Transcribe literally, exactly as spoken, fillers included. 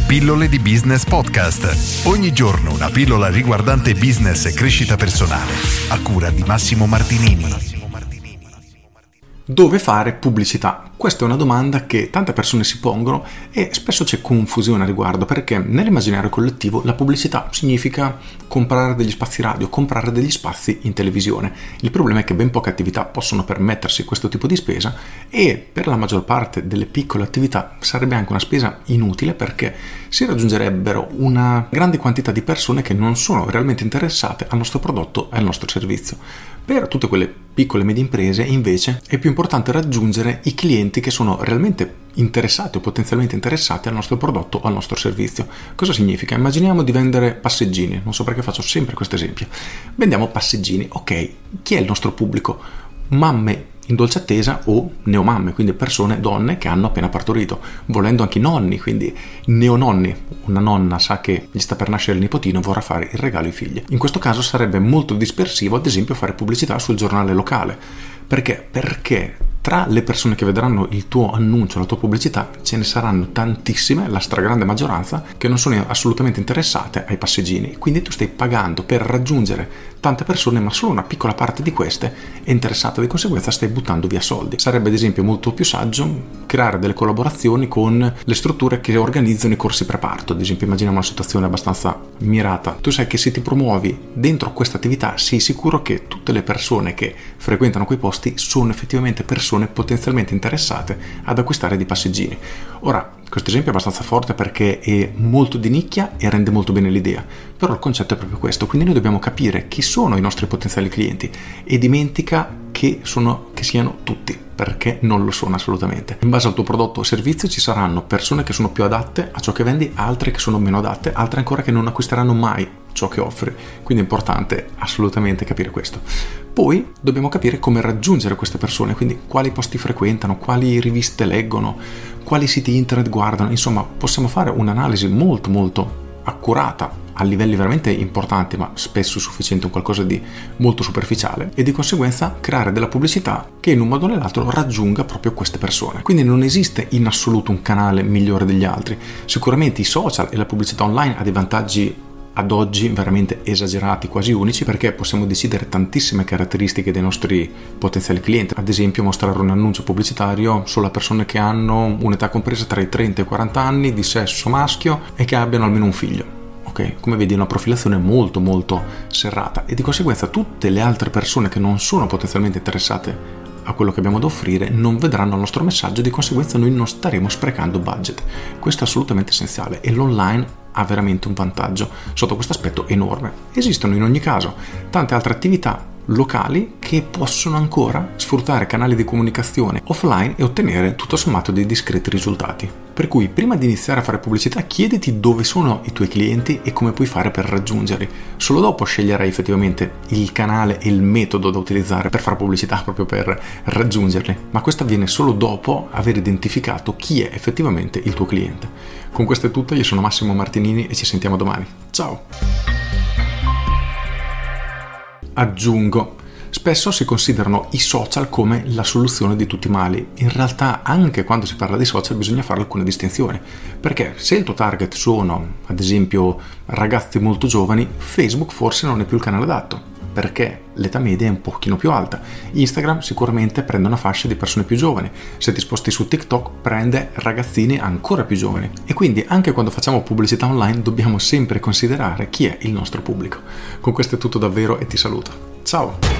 Pillole di Business Podcast. Ogni giorno una pillola riguardante business e crescita personale. A cura di Massimo Martinini. Dove fare pubblicità? Questa è una domanda che tante persone si pongono e spesso c'è confusione a riguardo, perché nell'immaginario collettivo la pubblicità significa comprare degli spazi radio, comprare degli spazi in televisione. Il problema è che ben poche attività possono permettersi questo tipo di spesa e per la maggior parte delle piccole attività sarebbe anche una spesa inutile, perché si raggiungerebbero una grande quantità di persone che non sono realmente interessate al nostro prodotto e al nostro servizio. Per tutte quelle piccole e medie imprese invece è più importante raggiungere i clienti che sono realmente interessati o potenzialmente interessati al nostro prodotto o al nostro servizio. Cosa significa? Immaginiamo di vendere passeggini, non so perché faccio sempre questo esempio. Vendiamo passeggini, ok, chi è il nostro pubblico? Mamme in dolce attesa o neomamme, quindi persone, donne che hanno appena partorito, volendo anche nonni, quindi neononni. Una nonna sa che gli sta per nascere il nipotino e vorrà fare il regalo ai figli. In questo caso sarebbe molto dispersivo, ad esempio, fare pubblicità sul giornale locale. Perché? Perché tra le persone che vedranno il tuo annuncio, la tua pubblicità, ce ne saranno tantissime, la stragrande maggioranza, che non sono assolutamente interessate ai passeggini. Quindi tu stai pagando per raggiungere tante persone, ma solo una piccola parte di queste è interessata, di conseguenza stai buttando via soldi. Sarebbe ad esempio molto più saggio creare delle collaborazioni con le strutture che organizzano i corsi preparto. Ad esempio immaginiamo una situazione abbastanza mirata. Tu sai che se ti promuovi dentro questa attività sei sicuro che tutte le persone che frequentano quei posti sono effettivamente persone potenzialmente interessate ad acquistare dei passeggini. Ora, questo esempio è abbastanza forte perché è molto di nicchia e rende molto bene l'idea, però il concetto è proprio questo, quindi noi dobbiamo capire chi sono i nostri potenziali clienti e dimentica che, sono, che siano tutti, perché non lo sono assolutamente. In base al tuo prodotto o servizio ci saranno persone che sono più adatte a ciò che vendi, altre che sono meno adatte, altre ancora che non acquisteranno mai ciò che offri, quindi è importante assolutamente capire questo. Poi dobbiamo capire come raggiungere queste persone, quindi quali posti frequentano, quali riviste leggono, quali siti internet guardano, insomma possiamo fare un'analisi molto molto accurata a livelli veramente importanti, ma spesso sufficiente, un qualcosa di molto superficiale, e di conseguenza creare della pubblicità che in un modo o nell'altro raggiunga proprio queste persone. Quindi non esiste in assoluto un canale migliore degli altri. Sicuramente i social e la pubblicità online ha dei vantaggi ad oggi veramente esagerati, quasi unici, perché possiamo decidere tantissime caratteristiche dei nostri potenziali clienti. Ad esempio mostrare un annuncio pubblicitario solo a persone che hanno un'età compresa tra i trenta e i quaranta anni, di sesso maschio e che abbiano almeno un figlio. Ok, come vedi è una profilazione molto molto serrata e di conseguenza tutte le altre persone che non sono potenzialmente interessate a quello che abbiamo da offrire non vedranno il nostro messaggio, di conseguenza noi non staremo sprecando budget. Questo è assolutamente essenziale e l'online ha veramente un vantaggio sotto questo aspetto enorme. Esistono in ogni caso tante altre attività locali che possono ancora sfruttare canali di comunicazione offline e ottenere tutto sommato dei discreti risultati. Per cui prima di iniziare a fare pubblicità chiediti dove sono i tuoi clienti e come puoi fare per raggiungerli. Solo dopo sceglierai effettivamente il canale e il metodo da utilizzare per fare pubblicità, proprio per raggiungerli, ma questo avviene solo dopo aver identificato chi è effettivamente il tuo cliente. Con questo è tutto, io sono Massimo Martinini e ci sentiamo domani. Ciao! Aggiungo, spesso si considerano i social come la soluzione di tutti i mali. In realtà anche quando si parla di social bisogna fare alcune distinzioni, perché se il tuo target sono ad esempio ragazzi molto giovani, Facebook forse non è più il canale adatto, perché l'età media è un pochino più alta. Instagram sicuramente prende una fascia di persone più giovani, se ti sposti su TikTok prende ragazzini ancora più giovani, e quindi anche quando facciamo pubblicità online dobbiamo sempre considerare chi è il nostro pubblico. Con questo è tutto davvero e ti saluto. Ciao!